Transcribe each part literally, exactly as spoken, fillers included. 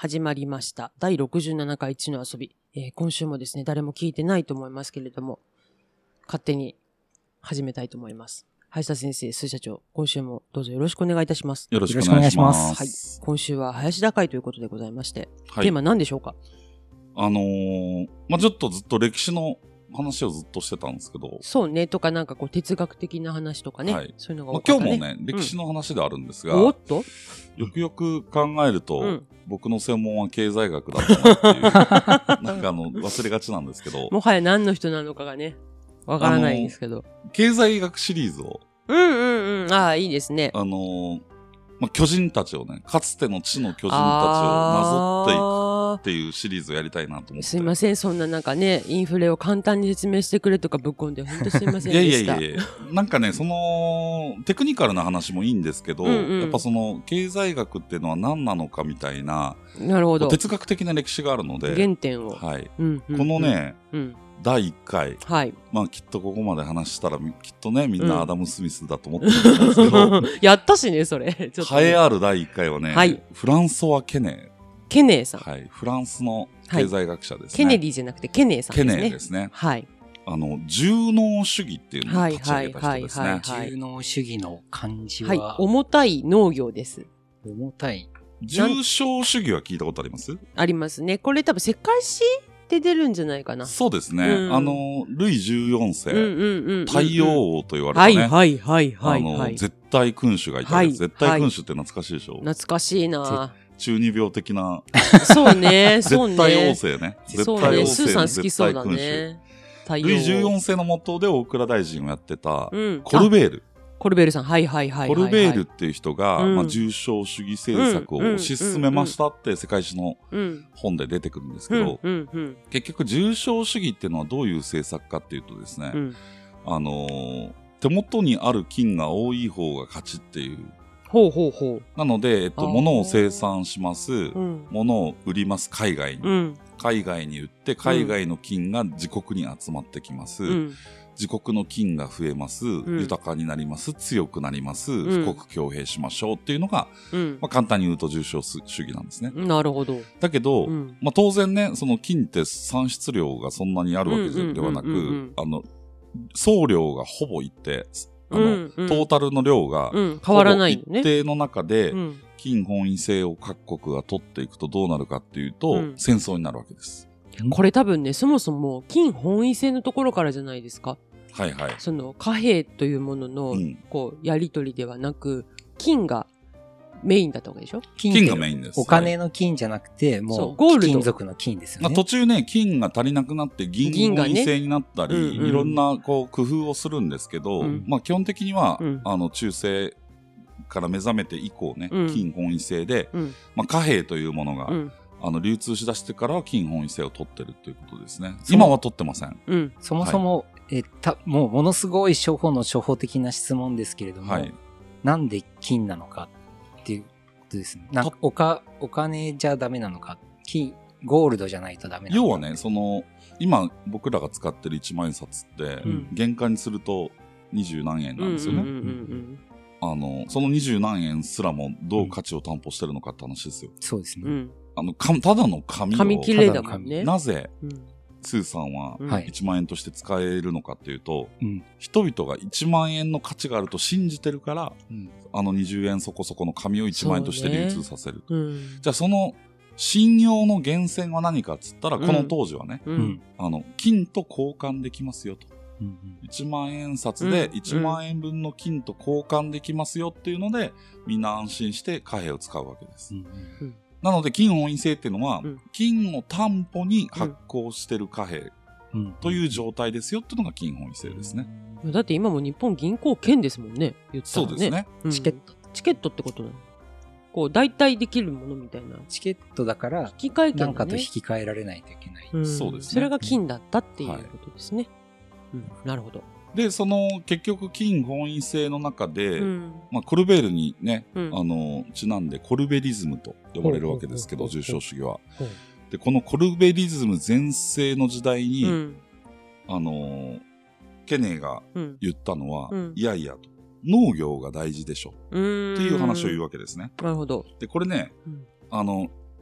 始まりましただいろくじゅうななかい地の遊び、えー、今週もですね誰も聞いてないと思いますけれども勝手に始めたいと思います。林田先生、須社長、今週もどうぞよろしくお願いいたします。 よろしくお願いします。 はい、今週は林田会ということでございまして、はい、テーマ何でしょうか？ あのー、まあ、ちょっとずっと歴史の話をずっとしてたんですけど、 そうね、とかなんかこう哲学的な話とかね、はい、そういうのが多かったね。 まあ、今日もね、歴史の話であるんですが、 うん、おっとよくよく考えると、うん、僕の専門は経済学だったなっていう、なんかあの、忘れがちなんですけど、 もはや何の人なのかがね、わからないんですけど。 経済学シリーズを、 うんうんうん、ああ、いいですね。 あのー、まあ、巨人たちをね、かつての地の巨人たちをなぞっていくっていうシリーズをやりたいなと思って。 すいません、そんななんかね、インフレを簡単に説明してくれとかぶっ込んで、ほんとすいませんでした。 いやいやいやいや、なんかね、その、テクニカルな話もいいんですけど、うんうん、やっぱその、経済学っていうのは何なのかみたいな、 なるほど。 哲学的な歴史があるので、 原点を。 はい。 うんうんうん、 このね、 うんだいいっかい、 はい、 まあきっとここまで話したらきっとねみんなアダム・スミスだと思ってるんですけど、うん、 やったしねそれちょっとね、 栄えあるだいいっかいはね、はい、フランソワ・ケネーケネーさん、 はい、フランスの経済学者ですね、はい、 ケネディじゃなくてケネーさんですね。 ケネーですね、 はい、 あの重農主義っていうのを立ち上げた人ですね。 重農主義の漢字は、 はい、重たい農業です。 重たい重商主義は聞いたことあります？ ありますね。これ多分世界史で出るんじゃないかな。 そうですね。うん、あの、ルイじゅうよんせい、うんうんうんうん、太陽王と言われたね。 はいはいはいはい、はい。 あの、絶対君主がいた、はい、絶対君主って懐かしいでしょ？ 懐かしいな。 中二病的な。 そうね、そうね。 絶対王政ね。 絶対王政の絶対君主。スーさん好きそうだね。 ルイじゅうよんせいの下で大蔵大臣をやってた、うん、コルベール。 コルベールさん、はいはいはいはい、はい。 コルベールっていう人が、うん、まあ、重商主義政策を推し進めましたって世界史の本で出てくるんですけど、うんうんうん、結局重商主義っていうのはどういう政策かっていうとですね、うん、あのー、手元にある金が多い方が勝ちっていう。 ほうほうほう。 なので、えっと、物を生産します、うん、物を売ります海外に、うん、海外に売って海外の金が自国に集まってきます。うん自国の金が増えます、うん、豊かになります、強くなります、うん、富国強兵しましょうっていうのが、うんまあ、簡単に言うと重商主義なんですね。 なるほど。 だけど、うんまあ、当然ね、その金って産出量がそんなにあるわけではなく、あの、総量がほぼ一定、あの、うんうん、トータルの量が、うん、変わらない一定の中で、うん、金本位制を各国が取っていくとどうなるかっていうと、うん、戦争になるわけです。 これ多分ね、そもそも金本位制のところからじゃないですか。 はいはい。 その貨幣というものの、うん、こうやり取りではなく金がメインだったわけでしょ？ 金, 金がメインです。 お金の金じゃなくて、はい、もうゴールド金属の金ですよね。 途中ね金が足りなくなって銀本位制になったり、ねうんうん、いろんなこう工夫をするんですけど、うん、まあ基本的には、うん、あの中世から目覚めて以降ね、うん、金本位制で、うんまあ、貨幣というものが、うんあの流通しだしてからは金本位制を取ってるということですね。今は取ってません。 うん、そもそも、はい、えたもうものすごい初歩の初歩的な質問ですけれども、はい、なんで金なのかっていうことですね。なんかおかお金じゃダメなのか、金ゴールドじゃないとダメなのか。 要はね、その今僕らが使ってるいちまんえん札って、うん、原価にすると二十何円なんですよね。あのその二十何円すらもどう価値を担保してるのかって話ですよ。 うん、そうですね。 うんあのかただの紙を紙切れだもんね。 なぜ、うん、スーさんはいちまんえんとして使えるのかっていうと、うん、人々がいちまんえんの価値があると信じてるから、うん、あのにじゅうえんそこそこの紙をいちまんえんとして流通させる、ねうん、じゃあその信用の源泉は何かっつったら、この当時はね、うん、あの金と交換できますよと、うん、いちまんえん札でいちまんえんぶんの金と交換できますよっていうので、みんな安心して貨幣を使うわけです、うんうんなので金本位制っていうのは、うん、金を担保に発行してる貨幣という状態ですよっていうのが金本位制ですね。 だって今も日本銀行券ですもんね。言ったらね。 そうですね、 うん。チケット。チケットってことなの。こう代替できるものみたいな。 チケットだから引き換え券、ね、 なんかと引き換えられないといけない。 うん、そうですね。 それが金だったっていうことですね。はいうん、なるほど。 でその結局金本位制の中で、うんまあ、コルベールにね、うん、あのちなんでコルベリズムと呼ばれるわけですけど、重商主義は。でこのコルベリズム全盛の時代に、うん、あのケネーが言ったのは、うん、いやいやと農業が大事でしょっていう話を言うわけですね。 なるほど。 でこれね、うん、あの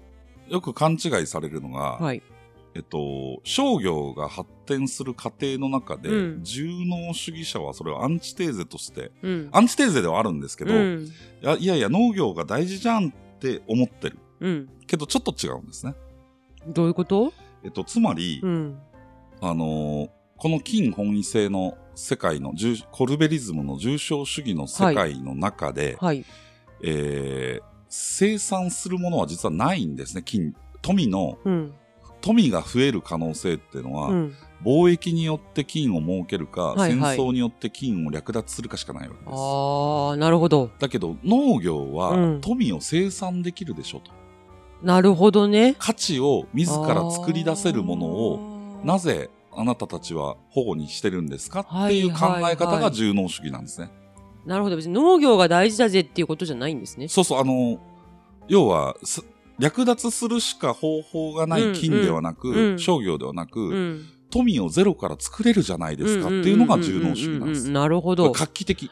よく勘違いされるのが、はい、えっと、商業が発展する過程の中で、うん、重農主義者はそれをアンチテーゼとして、うん、アンチテーゼではあるんですけど、うん、いやいやいや農業が大事じゃんって思ってる。うん、けどちょっと違うんですね。 どういうこと？ えっと、つまり、うん、あのー、この金本位制の世界の、コルベリズムの重商主義の世界の中で、はいはい、えー、生産するものは実はないんですね。金、富の、うん富が増える可能性っていうのは、うん、貿易によって金を儲けるか、はいはい、戦争によって金を略奪するかしかないわけです。 ああ、なるほど。 だけど農業は富を生産できるでしょと。 うん、なるほどね。 価値を自ら作り出せるものをなぜあなたたちは保護にしてるんですかっていう考え方が重農主義なんですね。はいはいはい、 なるほど。別に農業が大事だぜっていうことじゃないんですね。 そうそう、あの要は略奪するしか方法がない金ではなく、うんうん、商業ではなく、うん、富をゼロから作れるじゃないですかっていうのが重農主義なんです。 なるほど。 画期的。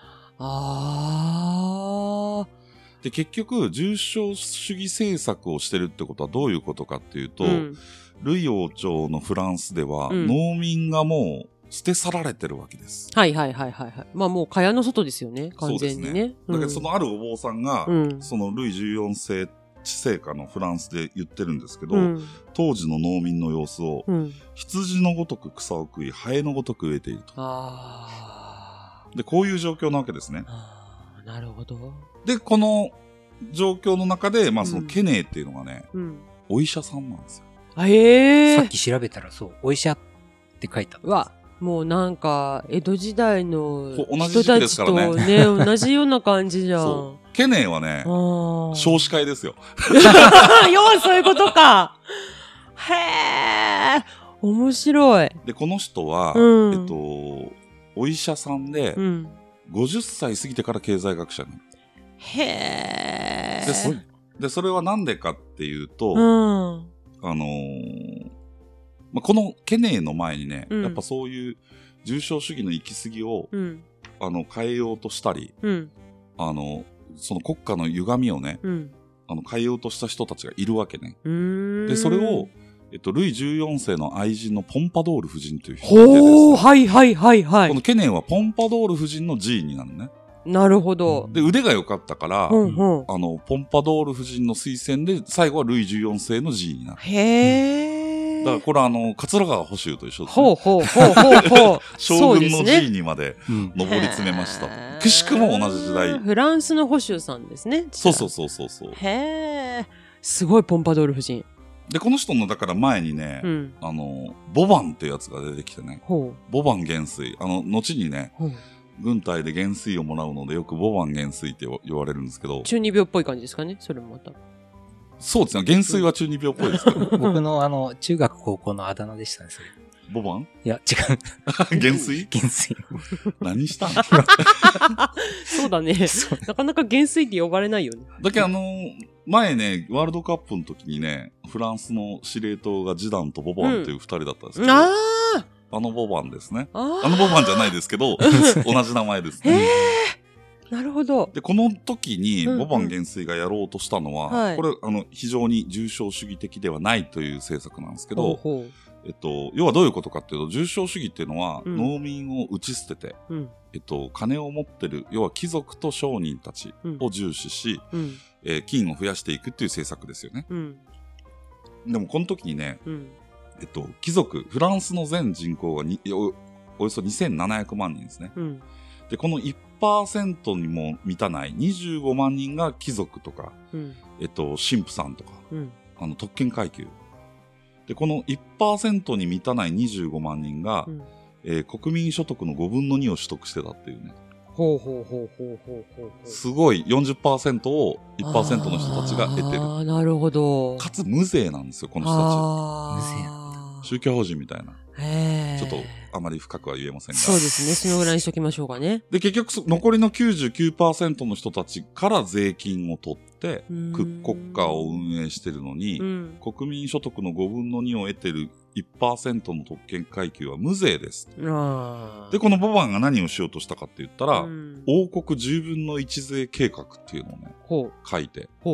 あで、結局、重商主義政策をしてるってことはどういうことかっていうと、うん、ルイ王朝のフランスでは、うん、農民がもう捨て去られてるわけです。 はいはいはいはい。まあもう蚊帳の外ですよね、完全にね。そうですね。 だけどそのあるお坊さんが、うん、そのルイじゅうよん世治世下のフランスで言ってるんですけど、うん、当時の農民の様子を、うん、羊のごとく草を食い、ハエのごとく植えていると。あで、こういう状況なわけですね。 あなるほど。 で、この状況の中で、まあそのケネーっていうのがね、うん、お医者さんなんですよ。 あえー、 さっき調べたらそう、お医者って書いてあった。 わ、もうなんか、江戸時代の人たちとね、同じような感じじゃん。そう。 ケネーはね、少子会ですよ。 要はそういうことか。へー、面白い。 で、この人は、うん、えっと、お医者さんで、うん、ごじゅっさい過ぎてから経済学者になる。 へー。 で、そ、で、それはなんでかっていうと、うん、あのー、まあ、このケネーの前にね、うん、やっぱそういう重商主義の行き過ぎを、うん、あの、変えようとしたり、うん、あの、その国家の歪みをね、うん、あの変えようとした人たちがいるわけね。で、それを、えっと、ルイじゅうよん世の愛人のポンパドール夫人という人がいてですね。 ほー、はいはいはいはい。 このケネーはポンパドール夫人の寺院になるのね。 なるほど。 で、腕が良かったから、うんうん、あの、ポンパドール夫人の推薦で、最後はルイじゅうよん世の寺院になる。 へー。 だからこれはあの、桂川捕囚と一緒ですね。ほうほうほうほうほう。 将軍の寺院にまで上り詰めました。くしくも同じ時代。 フランスの捕囚さんですね。 そうそうそうそうそう。 へー。すごいポンパドール夫人。 で、この人のだから前にね、うん、あの、ボバンっていうやつが出てきてね。ほうボバン元帥。あの、後にね、軍隊で元帥をもらうのでよくボバン元帥って言われるんですけど。 中二病っぽい感じですかね、それもまた。 そうですね。元帥は中二病っぽいですけど。 僕のあの、中学高校のあだ名でしたね、それ。 ボバン？ いや、違う。元帥？ 元帥。 何したんそうだね。なかなか元帥って呼ばれないよね。 だけどあのー、前ね、ワールドカップの時にね、フランスの司令塔がジダンとボバンっていう二人だったんですけど、うん、ああのボバンですね。あ, あのボバンじゃないですけど、同じ名前ですね。 へー。なるほど。 で、この時に、ボバン元帥がやろうとしたのは、うんうん、これ、あの、非常に重商主義的ではないという政策なんですけど、ほうほうえっと、要はどういうことかっていうと、重商主義っていうのは、うん、農民を打ち捨てて、うん、えっと、金を持ってる、要は貴族と商人たちを重視し、うんえー、金を増やしていくっていう政策ですよね。うん、でも、この時にね、うんえっと、貴族、フランスの全人口がに お, およそにせんななひゃくまんにんですね。うんで、この いちパーセント にも満たないにじゅうごまんにんが貴族とか、うん、えっと、神父さんとか、うん、あの、特権階級。で、この いちパーセント に満たないにじゅうごまんにんが、うんえー、国民所得のごぶんのにを取得してたっていうね。 ほうほうほうほうほうほうほう。 すごい よんじゅっパーセント を いちパーセント の人たちが得てる。 ああ、なるほど。 かつ無税なんですよ、この人たち。無税。宗教法人みたいな。へちょっとあまり深くは言えませんが。 そうですね。そのぐらいにしときましょうかね。 で、結局、残りの きゅうじゅうきゅうパーセント の人たちから税金を取って、国家を運営してるのに、国民所得のごぶんのにを得てる いちパーセント の特権階級は無税です。あで、このボバンが何をしようとしたかって言ったら、王国じゅうぶんのいち税計画っていうのをね、ほう書いて、ほう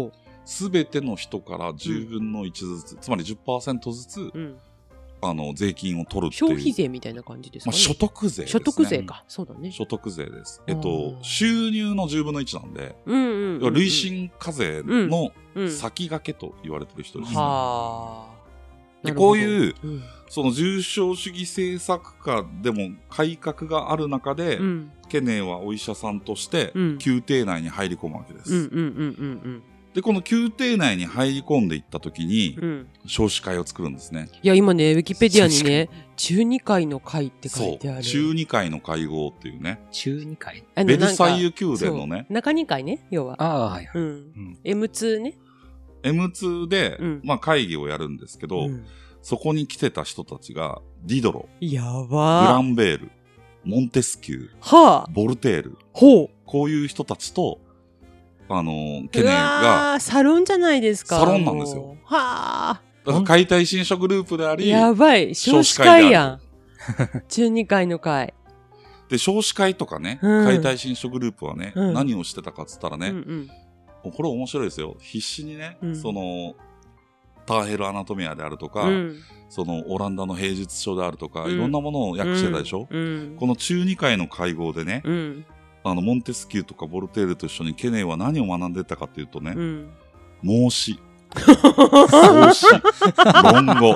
すべての人からじゅうぶんのいちずつ、うん、つまり じゅっパーセント ずつ、うん、あの税金を取るっていう。 消費税みたいな感じですかね。 まあ、所得税ですね。 所得税か。そうだね。 所得税です。えっと、収入のじゅうぶんのいちなんで、 うんうんうんうん、 累進課税の先駆けと言われてる人ですね。うんうん、はでこういう、うん、その重商主義政策下でも改革がある中で、うん、ケネーはお医者さんとして宮廷内に入り込むわけです。うんうんうんうんうんで、この宮廷内に入り込んでいったときに、うん、少子会を作るんですね。 いや、今ね、ウィキペディアにね、中二会の会って書いてある。 そう、中二会の会合っていうね。 中二会ベルサイユ宮殿のね。 中二会ね、要は。 ああ、はいはい。うんうん、エムツー ね。 エムツー で、うん、まあ会議をやるんですけど、うん、そこに来てた人たちが、ディドロ、 やばグランベール、モンテスキュー、 はあ、 ボルテール、 ほう、 こういう人たちと、あの、ケネーが、 サロンじゃないですか。 サロンなんですよ。 はあ。 だから解体新書グループであり、 やばい、少子会やん。中二会の会。 で、少子会とかね、うん、解体新書グループはね、うん、何をしてたかっつったらね、うんうん、これ面白いですよ。必死にね、うん、その、ターヘルアナトミアであるとか、うん、そのオランダの芸術書であるとか、うん、いろんなものを訳してたでしょ、うん、この中二会の会合でね、うんあの、モンテスキューとかボルテールと一緒にケネーは何を学んでたかっていうとね、うん、孟子、孔子、論語。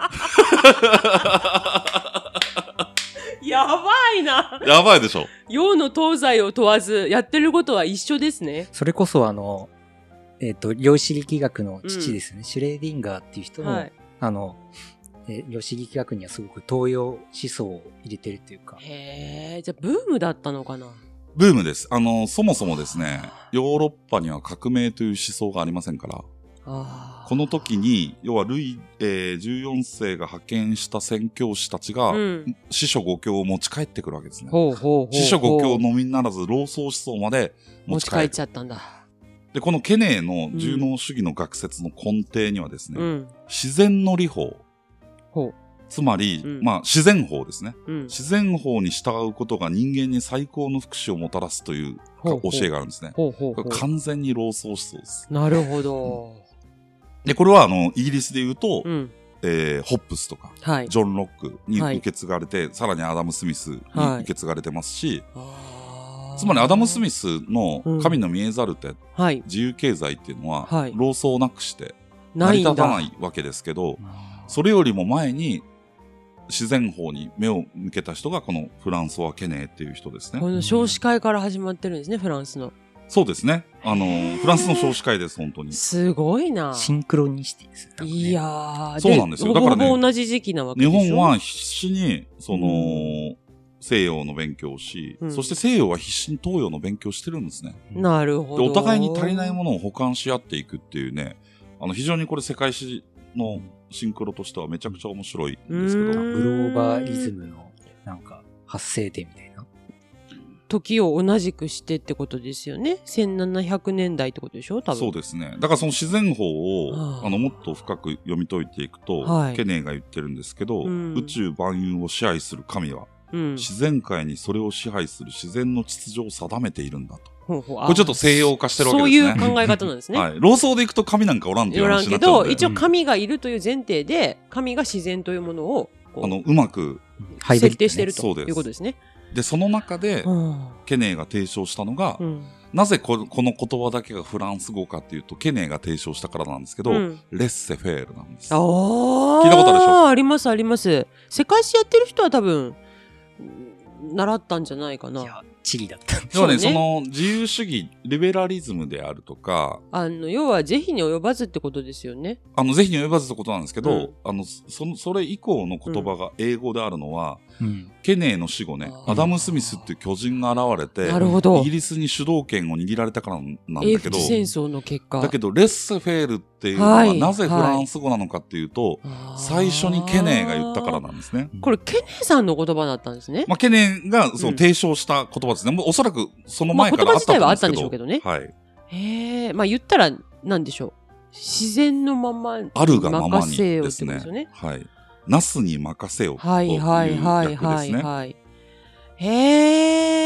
やばいな。 やばいでしょ。 洋の東西を問わず、やってることは一緒ですね。 それこそあの、えっと、量子力学の父ですね、うん、シュレーディンガーっていう人も、はい、あの、え量子力学にはすごく東洋思想を入れてるっていうか。 へえ、じゃあブームだったのかな。 ブームです。あの、そもそもですね、ヨーロッパには革命という思想がありませんから、あこの時に、要はルイ、えー、じゅうよんせいが派遣した宣教師たちが、うん、死書五経を持ち帰ってくるわけですね。ほうほうほうほう死書五経のみならず、老荘思想まで持ち帰る。 持ち帰っちゃったんだ。 で、このケネーの重農主義の学説の根底にはですね、うん、自然の理法。ほうつまり、うん、まあ、自然法ですね、うん。自然法に従うことが人間に最高の福祉をもたらすという教えがあるんですね。ほうほうほう完全に老荘思想です。 なるほど。 で、これはあの、イギリスで言うと、うんえー、ホップスとか、はい、ジョン・ロックに受け継がれて、はい、さらにアダム・スミスに受け継がれてますし、はい、つまりアダム・スミスの神の見えざる手、うんはい、自由経済っていうのは、はい、老荘をなくして成り立たないわけですけど、それよりも前に自然法に目を向けた人がこのフランソワ・ケネーっていう人ですね。 この少子会から始まってるんですね、フランスの。 そうですね。あの、フランスの少子会です、本当に。 すごいな。 シンクロニシティですね。 いやー。 そうなんですよ。だからね。 ほぼ同じ時期なわけでしょ。 日本は必死に、その、うん、西洋の勉強をし、うん、そして西洋は必死に東洋の勉強をしてるんですね。 なるほど。 で、お互いに足りないものを補完し合っていくっていうね、あの、非常にこれ世界史のシンクロとしてはめちゃくちゃ面白いんですけど。 グローバリズムのなんか発生点みたいな。 時を同じくしてってことですよね。せんななひゃくねんだいってことでしょ多分。 そうですね。だからその自然法をあのもっと深く読み解いていくと、はい、ケネーが言ってるんですけど、うん、宇宙万有を支配する神は、うん、自然界にそれを支配する自然の秩序を定めているんだと。ほうほうこれちょっと西洋化してるわけですね。 そういう考え方なんですね。 はい。老荘でいくと神なんかおらんっていう話になっちゃうんで。おらんけど、 一応神がいるという前提で、神が自然というものをあのうまく設定しているということですね。 で、その中で、ケネーが提唱したのが、うん、なぜこ、この言葉だけがフランス語かっていうと、ケネーが提唱したからなんですけど、うん、レッセフェールなんです。あ聞いたことあるでしょ？ あります、あります。世界史やってる人は多分、習ったんじゃないかな。いや、 地理だったんで。要はね、その自由主義、リベラリズムであるとか、 あの、要は是非に及ばずってことですよね。 あの、是非に及ばずってことなんですけど、うん、あの、その、それ以降の言葉が英語であるのは、うん、ケネーの死後ね、アダム・スミスっていう巨人が現れて、なるほど。イギリスに主導権を握られたからなんだけど、英仏戦争の結果。 だけど、レッセフェールっていうのは、はい、なぜフランス語なのかっていうと、はい、最初にケネーが言ったからなんですね。 これ、ケネーさんの言葉だったんですね。 まあ、ケネーが、その、提唱した言葉ですね。うん、おそらく、その前からあったと思うんですけど、まあ、言葉自体はあったんでしょうけどね。はい。 へえ、まあ、言ったら、なんでしょう。自然のまま、 あるがままにですね。ねはい。ナスに任せよ。 はいはいはいはいはい。へえ、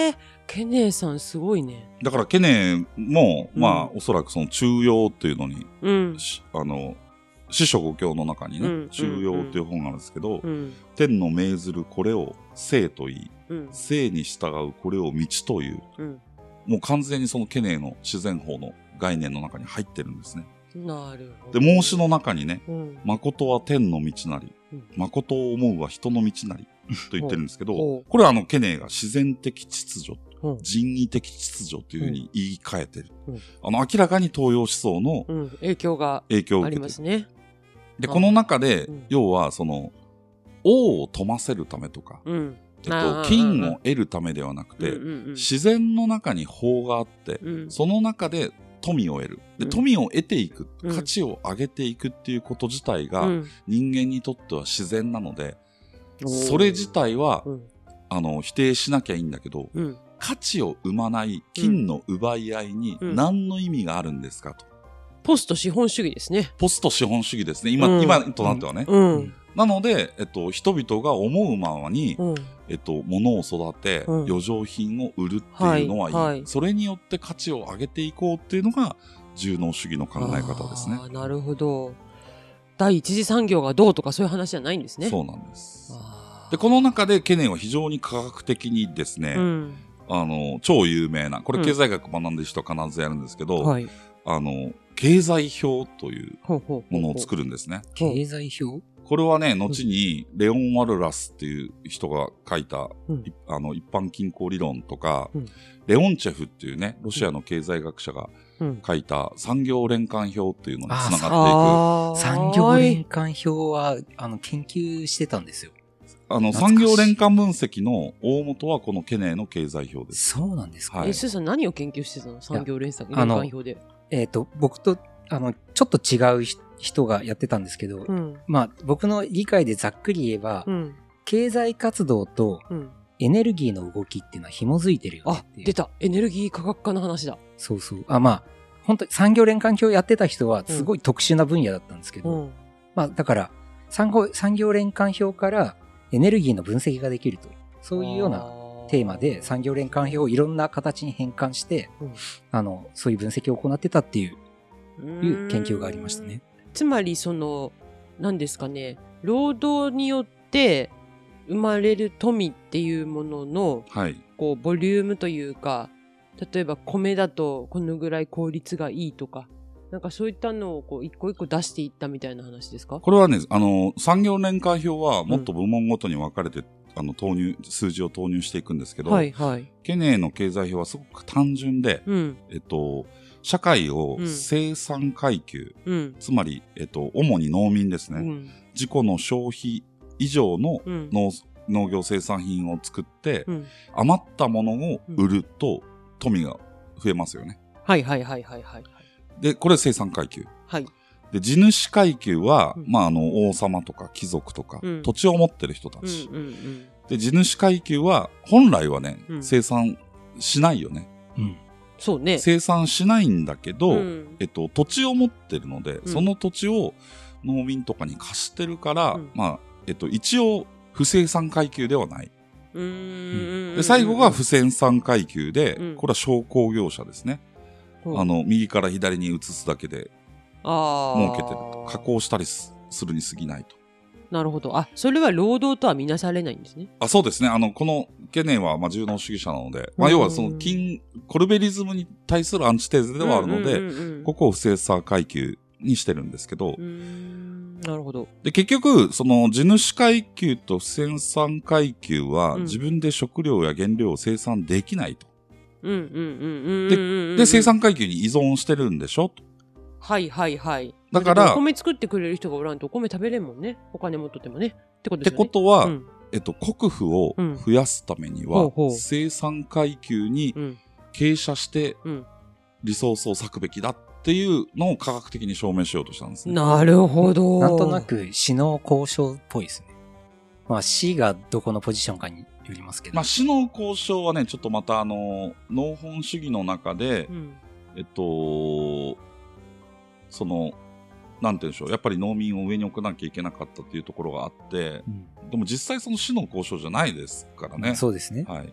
ケネさんすごいね。 だからケネも、うん、まあおそらくその中庸っていうのに、 うん、 あの四書五経の中にね、うん、中庸っていう本があるんですけど、 うん、 天の命ずるこれを生と言い、 うん、 生に従うこれを道という、 うん、 もう完全にそのケネの自然法の概念の中に入ってるんですね。 なるほど。 で孟子の中にね、 うん、 誠は天の道なり、 うん、 誠を思うは人の道なりと言ってるんですけど、これはあのケネが自然的秩序、うん、人為的秩序というふうに言い換えてる、うん、あの明らかに東洋思想の影響がありますね。 でこの中で、うん、要はその王を富ませるためとか、 うん、 えっと、金を得るためではなくて、 うんうんうん、 自然の中に法があって、うん、その中で富を得るで、富を得ていく、うん、価値を上げていくっていうこと自体が、うん、人間にとっては自然なので、それ自体は、うん、あの否定しなきゃいいんだけど、 うん、 価値を生まない金の奪い合いに何の意味があるんですかと。 ポスト資本主義ですね。 ポスト資本主義ですね。今、うん、今となってはね。 うん、 なので、えっと、人々が思うままに、うん、えっと、物を育て、うん、余剰品を売るっていうのはいい、はいはい。それによって価値を上げていこうっていうのが、重農主義の考え方ですね。 あ、なるほど。第一次産業がどうとかそういう話じゃないんですね。 そうなんです。で、この中でケネは非常に科学的にですね、 うん、 あの、超有名な、これ経済学学んでる人は必ずやるんですけど、 うん、はい、 あの、経済表というものを作るんですね。 経済表？ これはね、後にレオン・ワルラスっていう人が書いた、 うん、 あの一般均衡理論とか、 うん、 レオンチェフっていうね、ロシアの経済学者が書いた産業連関表っていうのにつながっていく。 産業連関表はあの研究してたんですよ。 あの産業連関分析の大元はこのケネの経済表です。 そうなんですか。 はい、え、スーさん何を研究してたの？産業連関表で。 えっと、僕と、あの、ちょっと違う人がやってたんですけど、 うん、 まあ、僕の理解でざっくり言えば、 うん、 経済活動とエネルギーの動きっていうのは紐づいてるよねっていう。 あ、出た。エネルギー科学科の話だ。 そうそう。あ、まあ、本当に産業連関表やってた人はすごい特殊な分野だったんですけど、 うん、 まあ、だから、産業、産業連関表からエネルギーの分析ができると。そういうようなテーマで産業連関表をいろんな形に変換して、 うん、 あの、そういう分析を行ってたっていう、いう研究がありましたね。 つまりその何ですかね、労働によって生まれる富っていうものの、 はい、 こうボリュームというか、例えば米だとこのぐらい効率がいいとか、なんかそういったのをこう一個一個出していったみたいな話ですか？ これはね、あの産業連関表はもっと部門ごとに分かれて、うん、あの投入数字を投入していくんですけど、 はいはい、 ケネの経済表はすごく単純で、 うん、 えっと社会を生産階級、 うん、 つまり、えっと、主に農民ですね、 うん、 自己の消費以上の農、 うん、 農業生産品を作って、 うん、 余ったものを売ると富が増えますよね。 はいはいはいはいはい。 で、これ生産階級。 はい。 で、地主階級は、 うん、 まあ、あの、王様とか貴族とか、 うん、 土地を持ってる人たち。 うんうんうん、 で、地主階級は、本来はね、 うん、 生産しないよね。 うん、 そうね。 生産しないんだけど、 うん、 えっと、土地を持ってるので、 うん、 その土地を農民とかに貸してるから、 うん、 まあ、えっと、一応、不生産階級ではない。 うーん、 で、最後が不生産階級で、 うん、 これは商工業者ですね。 うん、 あの、右から左に移すだけで、 あ儲けてると。加工したりするに過ぎないと。 なるほど。あ、それは労働とは見なされないんですね。 あ、そうですね。あの、このケネは、まあ、重農主義者なので、まあ、要はその、金、コルベリズムに対するアンチテーゼではあるので、 うんうんうんうん、 ここを不生産階級にしてるんですけど、 うーん、なるほど。 で、結局、その、地主階級と不生産階級は、自分で食料や原料を生産できないと。 うんうんうんうん。 で、生産階級に依存してるんでしょと。 はいはいはい。 だから、 お米作ってくれる人がおらんとお米食べれんもんね。お金持っとってもね。ってことですよね。 ってことは、 うん、 えっと、国富を増やすためには、うん、ほうほう、生産階級に傾斜してリソースを割くべきだっていうのを科学的に証明しようとしたんですね。 なるほど。 なんとなく、死の交渉っぽいですね。まあ、死がどこのポジションかによりますけど。 まあ、死の交渉はね、ちょっとまたあの、農本主義の中で、 うん、 えっと、その、なんて言うんでしょう、やっぱり農民を上に置かなきゃいけなかったっていうところがあって、 うん、 でも実際その死の交渉じゃないですからね。 そうですね。 はい。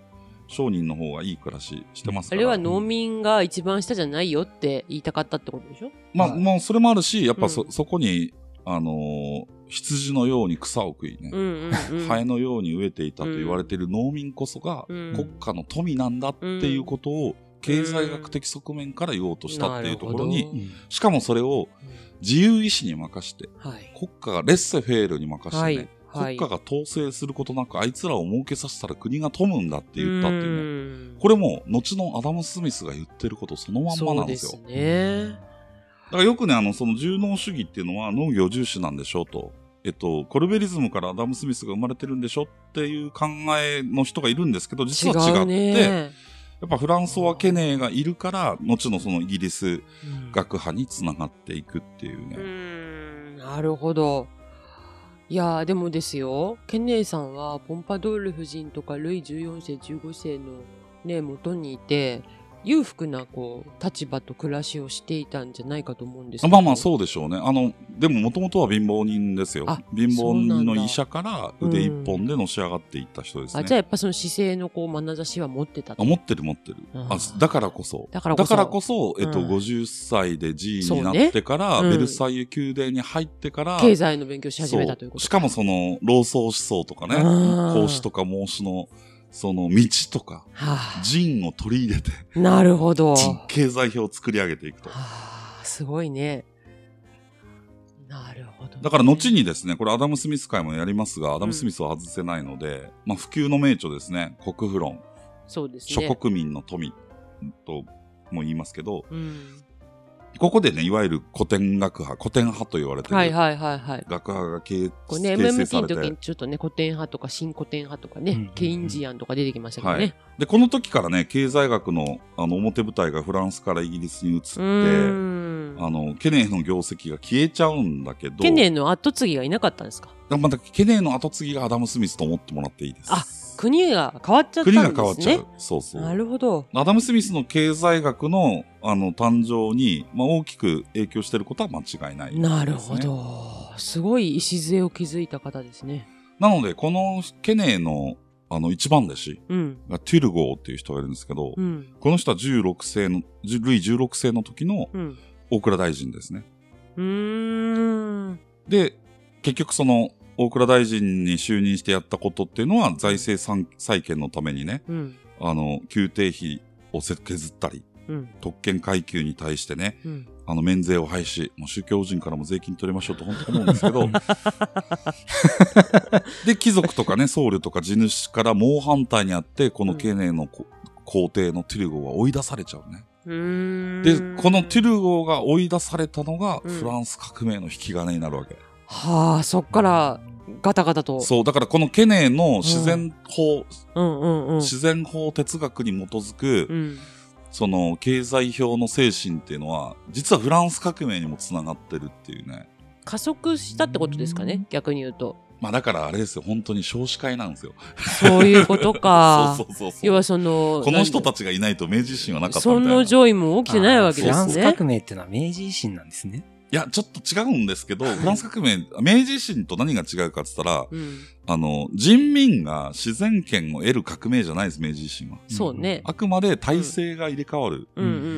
商人の方がいい暮らししてますから。 あれは農民が一番下じゃないよって言いたかったってことでしょ。 まあ、もうそれもあるし、やっぱ そ,、うん、そこに、あのー、羊のように草を食いね、うんうんうん、ハエのように飢えていたと言われている農民こそが国家の富なんだっていうことを経済学的側面から言おうとしたっていうところに、うん、しかもそれを自由意志に任して、はい、国家がレッセフェールに任してね、はいはい、国家が統制することなくあいつらを儲けさせたら国が富むんだって言ったっていうね。これも後のアダム・スミスが言ってることそのまんまなんですよ。 そうですね。 だからよくね、あの、その従農主義っていうのは農業重視なんでしょうと。えっと、コルベリズムからアダム・スミスが生まれてるんでしょっていう考えの人がいるんですけど、実は違って、やっぱフランソワ・ケネーがいるから、後のそのイギリス学派につながっていくっていうね。 うーん、なるほど。いやーでもですよ、ケネーさんはポンパドール夫人とかルイじゅうよんせいじゅうごせいのね元にいて裕福なこう立場と暮らしをしていたんじゃないかと思うんですけど。 まあまあそうでしょうね。あのでももともとは貧乏人ですよ。貧乏人の医者から腕一本でのし上がっていった人ですね。 あ、じゃあやっぱその姿勢のこう眼差しは持ってた。 あ、持ってる持ってる。あ、だからこそ。だからこそ。だからこそえっと、うん、ごじゅっさいで寺院になってから、ねうん、ベルサイユ宮殿に入ってから経済の勉強し始めたということ。 しかもその老荘思想とかね、孔子とか孟子のその道とか、はあ、人を取り入れて、 なるほど。 経済表を作り上げていくと。はあ、すごいね。なるほど、ね。 だから後にですね、これアダム・スミス会もやりますが、アダム・スミスは外せないので、うん、まあ普及の名著ですね、国富論。 そうですね。 諸国民の富とも言いますけど、うん、ここでね、いわゆる古典学派、古典派と言われてる学派が形成されて、 これね、エムエムティー の時にちょっとね、古典派とか新古典派とかね、うんうんうん、ケインジアンとか出てきましたけどね、はい。 で、この時からね、経済学のあの表舞台がフランスからイギリスに移って、あの、ケネーの業績が消えちゃうんだけど。 ケネーの後継ぎがいなかったんですか？ また、ケネーの後継ぎがアダム・スミスと思ってもらっていいです。 あ、国が変わっちゃったんですね。 国が変わっちゃう。そうそう。 なるほど。 アダム・スミスの経済学のあの誕生に、まあ、大きく影響していることは間違いないですね。 なるほど。すごい礎を築いた方ですね。 なので、このケネーのあの一番弟子がテュルゴーっていう人がいるんですけど、うん、この人はじゅうろくせいの、ルイじゅうろくせいの時の大蔵大臣ですね。 うーん。 で、結局その大蔵大臣に就任してやったことっていうのは財政再建のためにね、うん、あの、宮廷費を削ったり、うん、特権階級に対してね、うん、あの免税を廃止、もう宗教人からも税金取りましょうと本当思うんですけどで貴族とかね僧侶とか地主から猛反対にあってこのケネーの皇帝のテュルゴーは追い出されちゃうね。うーんでこのテュルゴーが追い出されたのがフランス革命の引き金になるわけ、うん、 はあそっからガタガタとそうだからこのケネーの自然法、うんうんうんうん、自然法哲学に基づく、うんその経済表の精神っていうのは実はフランス革命にもつながってるっていうね。 加速したってことですかね逆に言うと。 まあだからあれですよ本当に少子化なんですよ。 そういうことか。 そうそうそうそう。 要はそのこの人たちがいないと明治維新はなかったみたいな。 その上位も起きてないわけですね。 フランス革命っていうのは明治維新なんですね。 いやちょっと違うんですけどフランス革命明治維新と何が違うかって言ったら、うん、あの人民が自然権を得る革命じゃないです明治維新は。 そうね。 あくまで体制が入れ替わる、うんうんうんうん、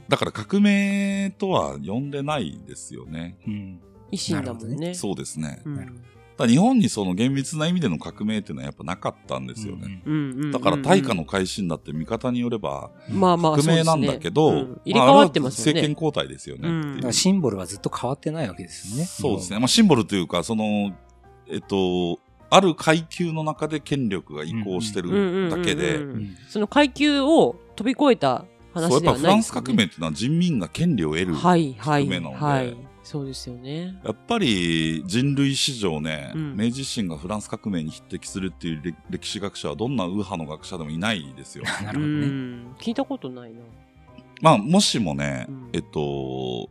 だから革命とは呼んでないですよね、うん、 維新だもんね。 そうですね、うん、だ日本にその厳密な意味での革命っていうのはやっぱなかったんですよね、うんうんうんうん、だから大化の改新だって見方によれば革命なんだけど、まあまあねうん、入れ替わってますよね、まあ、政権交代ですよね、うん、 だからシンボルはずっと変わってないわけですよね。 そうですね、まあ、シンボルというかそのえっとある階級の中で権力が移行してるだけでその階級を飛び越えた話ではないですよね。そうやっぱフランス革命っていうのは人民が権利を得る革命なので、はいはいはい、 そうですよね。 やっぱり人類史上ね、うん、明治維新がフランス革命に匹敵するっていう歴史学者はどんな右派の学者でもいないですよ。 なるほどね。聞いたことないな。 まあもしもね、うん、えっと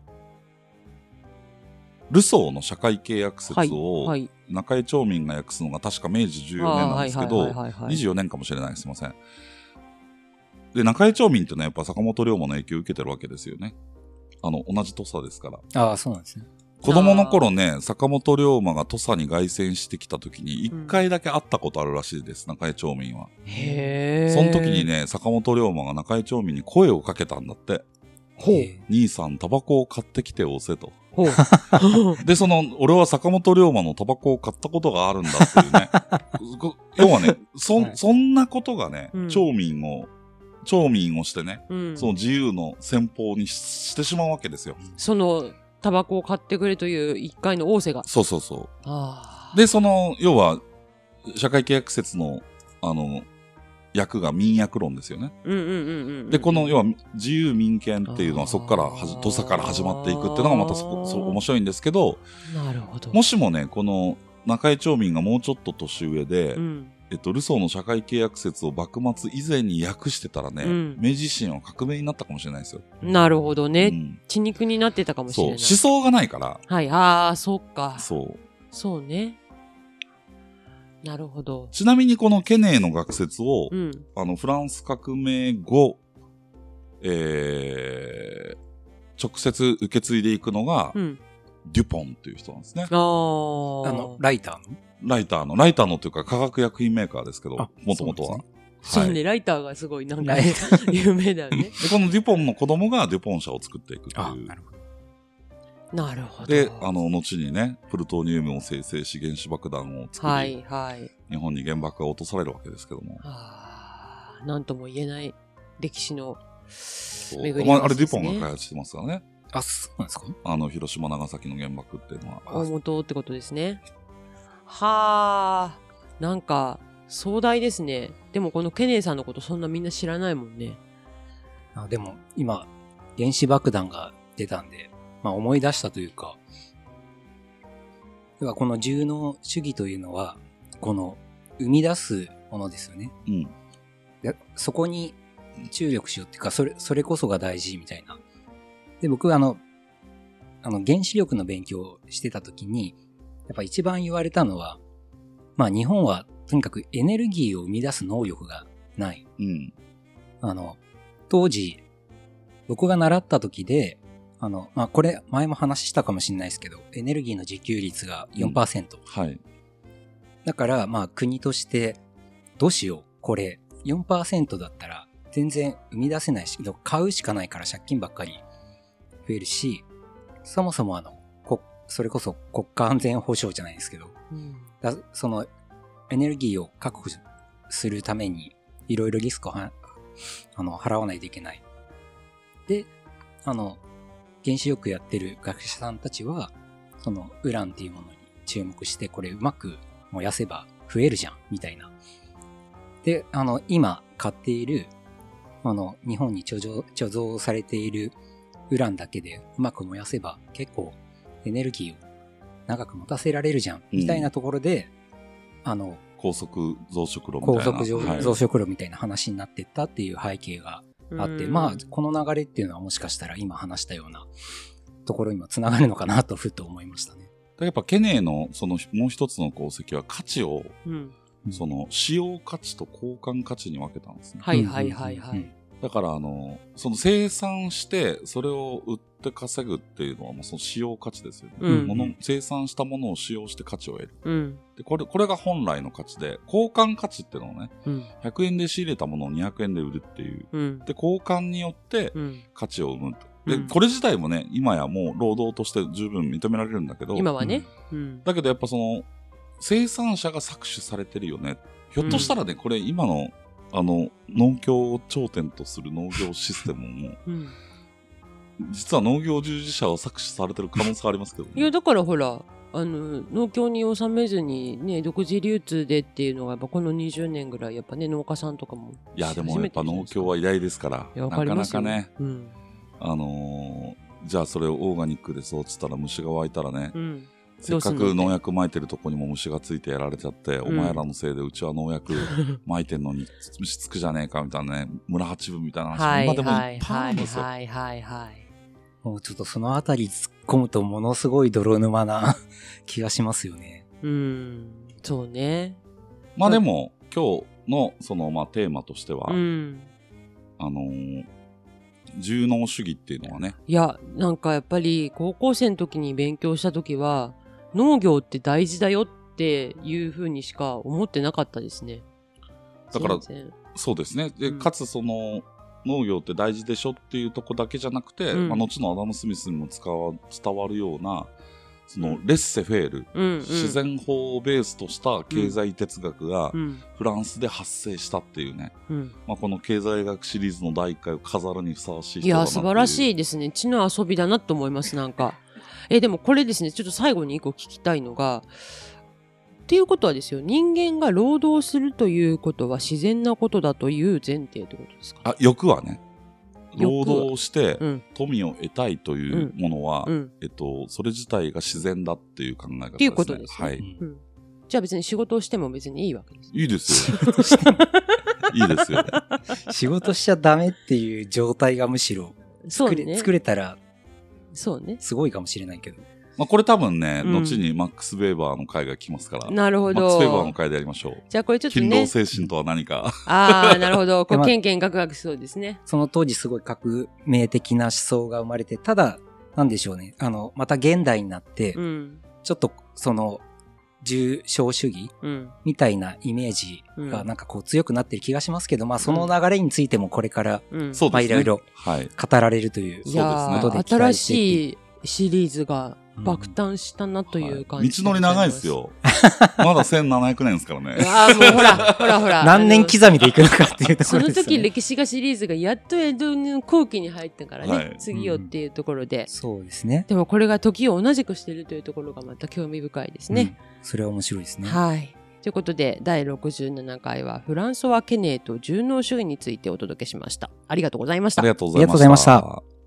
ルソーの社会契約説を、はいはい、中江町民が訳すのが確か明治じゅうよねんなんですけど、にじゅうよねんかもしれないすいません。で中江町民ってのはやっぱ坂本龍馬の影響を受けてるわけですよね。あの同じ土佐ですから。 ああそうなんですね。 子供の頃ね、坂本龍馬が土佐に凱旋してきた時に一回だけ会ったことあるらしいです、うん、中江町民は。 へー。 その時にね、坂本龍馬が中江町民に声をかけたんだって。ほう。兄さん、タバコを買ってきておせと。ほう。で、その、俺は坂本龍馬のタバコを買ったことがあるんだっていうね。要はね、そ、そんなことがね、うん、町民を、町民をしてね、うん、その自由の先方に し, してしまうわけですよ。 その、タバコを買ってくれという一回の仰せが。 そうそうそう。あで、その、要は、社会契約説の、あの、役が民役論ですよね。うんうんうんうん。で、この、要は、自由民権っていうのはそこからはじ、土佐から始まっていくっていうのがまたそこ、そう面白いんですけど、 なるほど。 もしもね、この中江町民がもうちょっと年上で、うん、えっと、ルソーの社会契約説を幕末以前に訳してたらね、うん、明治維新は革命になったかもしれないですよ。 なるほどね。うん、血肉になってたかもしれない。 そう、思想がないから。 はい、ああ、そっか。 そう。 そうね。なるほど。 ちなみにこのケネーの学説を、うん、あの、フランス革命後、えー、直接受け継いでいくのが、うん、デュポンっていう人なんですね。ああの、ライターのライターの、ライターのというか化学薬品メーカーですけど、もともとは。 そうね、ライターがすごいなんか有名だよね。 で、このデュポンの子供がデュポン社を作っていくっていう。 なるほど。なるほど。 で、あの、後にね、プルトニウムを生成し、原子爆弾を作り、はいはい、日本に原爆が落とされるわけですけども。 ああ、なんとも言えない歴史の巡り合わせですね。まあ、あれデュポンが開発してますからね。 あ、そうなんですか？ あの、広島、長崎の原爆っていうのは。 大元ってことですね。はあ、なんか、壮大ですね。でもこのケネーさんのことそんなみんな知らないもんね。 あ、でも、今、原子爆弾が出たんで、まあ思い出したというか、ではこの重農主義というのは、この生み出すものですよね。うん。でそこに注力しようっていうか、それ、それこそが大事みたいな。で、僕はあの、あの原子力の勉強をしてた時に、やっぱ一番言われたのは、まあ日本はとにかくエネルギーを生み出す能力がない。うん。あの、当時、僕が習った時で、あの、まあ、これ前も話したかもしれないですけど、エネルギーの自給率が よんパーセント。うん、はい。だから、まあ、国として、どうしよう、これ、よんパーセントだったら、全然生み出せないし、買うしかないから借金ばっかり増えるし、そもそもあの、こそれこそ国家安全保障じゃないですけど、うん、だその、エネルギーを確保するために、いろいろリスクをはあの払わないといけない。で、あの、原子力やってる学者さんたちは、そのウランっていうものに注目して、これうまく燃やせば増えるじゃん、みたいな。で、あの、今買っている、あの、日本に貯蔵、貯蔵されているウランだけでうまく燃やせば結構エネルギーを長く持たせられるじゃん、みたいなところで、うん、あの、 高速増殖炉みたいな。 高速増殖炉みたいな話になっていったっていう背景があって、まあ、この流れっていうのはもしかしたら今話したようなところにもつながるのかなとふと思いましたね。 やっぱケネーのそのもう一つの功績は価値を、うん、その使用価値と交換価値に分けたんですね。 はいはいはいはい。うん、 だからあの、その生産してそれを売って稼ぐっていうのはもうその使用価値ですよね。うん、もの生産したものを使用して価値を得る。うん、でこれ、これが本来の価値で、交換価値っていうのをね、うん、ひゃくえんで仕入れたものをにひゃくえんで売るっていう。うん、で、交換によって価値を生むと。で、うん、これ自体もね、今やもう労働として十分認められるんだけど。 今はね。 うん、だけどやっぱその、生産者が搾取されてるよね。ひょっとしたらね、これ今の、あの、農協を頂点とする農業システムも、うん、実は農業従事者を搾取されてる可能性ありますけどね。 いや、だからほら、あの、農協に収めずにね、独自流通でっていうのが、やっぱこのにじゅうねんぐらい、やっぱね、農家さんとかも。 いや、でもやっぱ農協は偉大ですから、なかなかね、うん、あのー、じゃあそれをオーガニックで育てたら虫が湧いたらね、うん、せっかく農薬撒いてるとこにも虫がついてやられちゃって、うん、お前らのせいでうちは農薬撒いてんのに虫つくじゃねえかみたいなね、村八分みたいな話、今でもいっぱいあるんですよ。はいはいはいはい。 もうちょっとそのあたり突っ込むとものすごい泥沼な気がしますよね。 うん、そうね。 まあでも今日のそのまあテーマとしては、うん、あのー、 重農主義っていうのはね。 いや、なんかやっぱり高校生の時に勉強した時は、農業って大事だよっていうふうにしか思ってなかったですね。 だから、そうですね。で、うん、かつその、農業って大事でしょっていうとこだけじゃなくて、うん、まあ、後のアダム・スミスにも使わ伝わるような、そのレッセフェール、うんうん、自然法をベースとした経済哲学がフランスで発生したっていうね、うんまあ、この経済学シリーズのだいいっかいを飾るにふさわしい人だなっていう。いや素晴らしいですね。知の遊びだなと思います。なんかえでもこれですね、ちょっと最後に一個聞きたいのが、っていうことはですよ、人間が労働するということは自然なことだという前提ってことですか？ あ、欲はね、労働して富を得たいというものは、うんうんえっと、それ自体が自然だっていう考え方ですね。っていうことですね。はいうん、 じゃあ別に仕事をしても別にいいわけです、ね。 いいですよ。いいですよ。 仕事しちゃダメっていう状態がむしろ作れ、ね、作れたらそうね。すごいかもしれないけど。 まあ、これ多分ね、うん、後にマックス・ベーバーの回が来ますから。 なるほど。 マックス・ベーバーの回でやりましょう。 じゃあこれちょっとね。 勤労精神とは何か。 ああ、なるほど。こう、けんけんがくがくそうですね。 その当時すごい革命的な思想が生まれて、ただ、なんでしょうね。あの、また現代になって、うん、ちょっとその、重商主義、うん、みたいなイメージがなんかこう強くなってる気がしますけど、うん、まあその流れについてもこれから、うん、まあいろいろ語られるということで期待して、 新しいシリーズが爆誕したなという感じ、 うんはい、道のり長いですよ。まだせんななひゃくねんですからね。 ああ、もうほら、ほらほら。 何年刻みでいくのかっていうところですね。 その時歴史画シリーズがやっと江戸の後期に入ったからね、はい、次よっていうところで、うん。 そうですね。 でもこれが時を同じくしているというところがまた興味深いですね。 うん、それは面白いですね。 はい。ということで、だいろくじゅうななかいはフランソワ・ケネーと重農主義についてお届けしました。ありがとうございました。 ありがとうございました。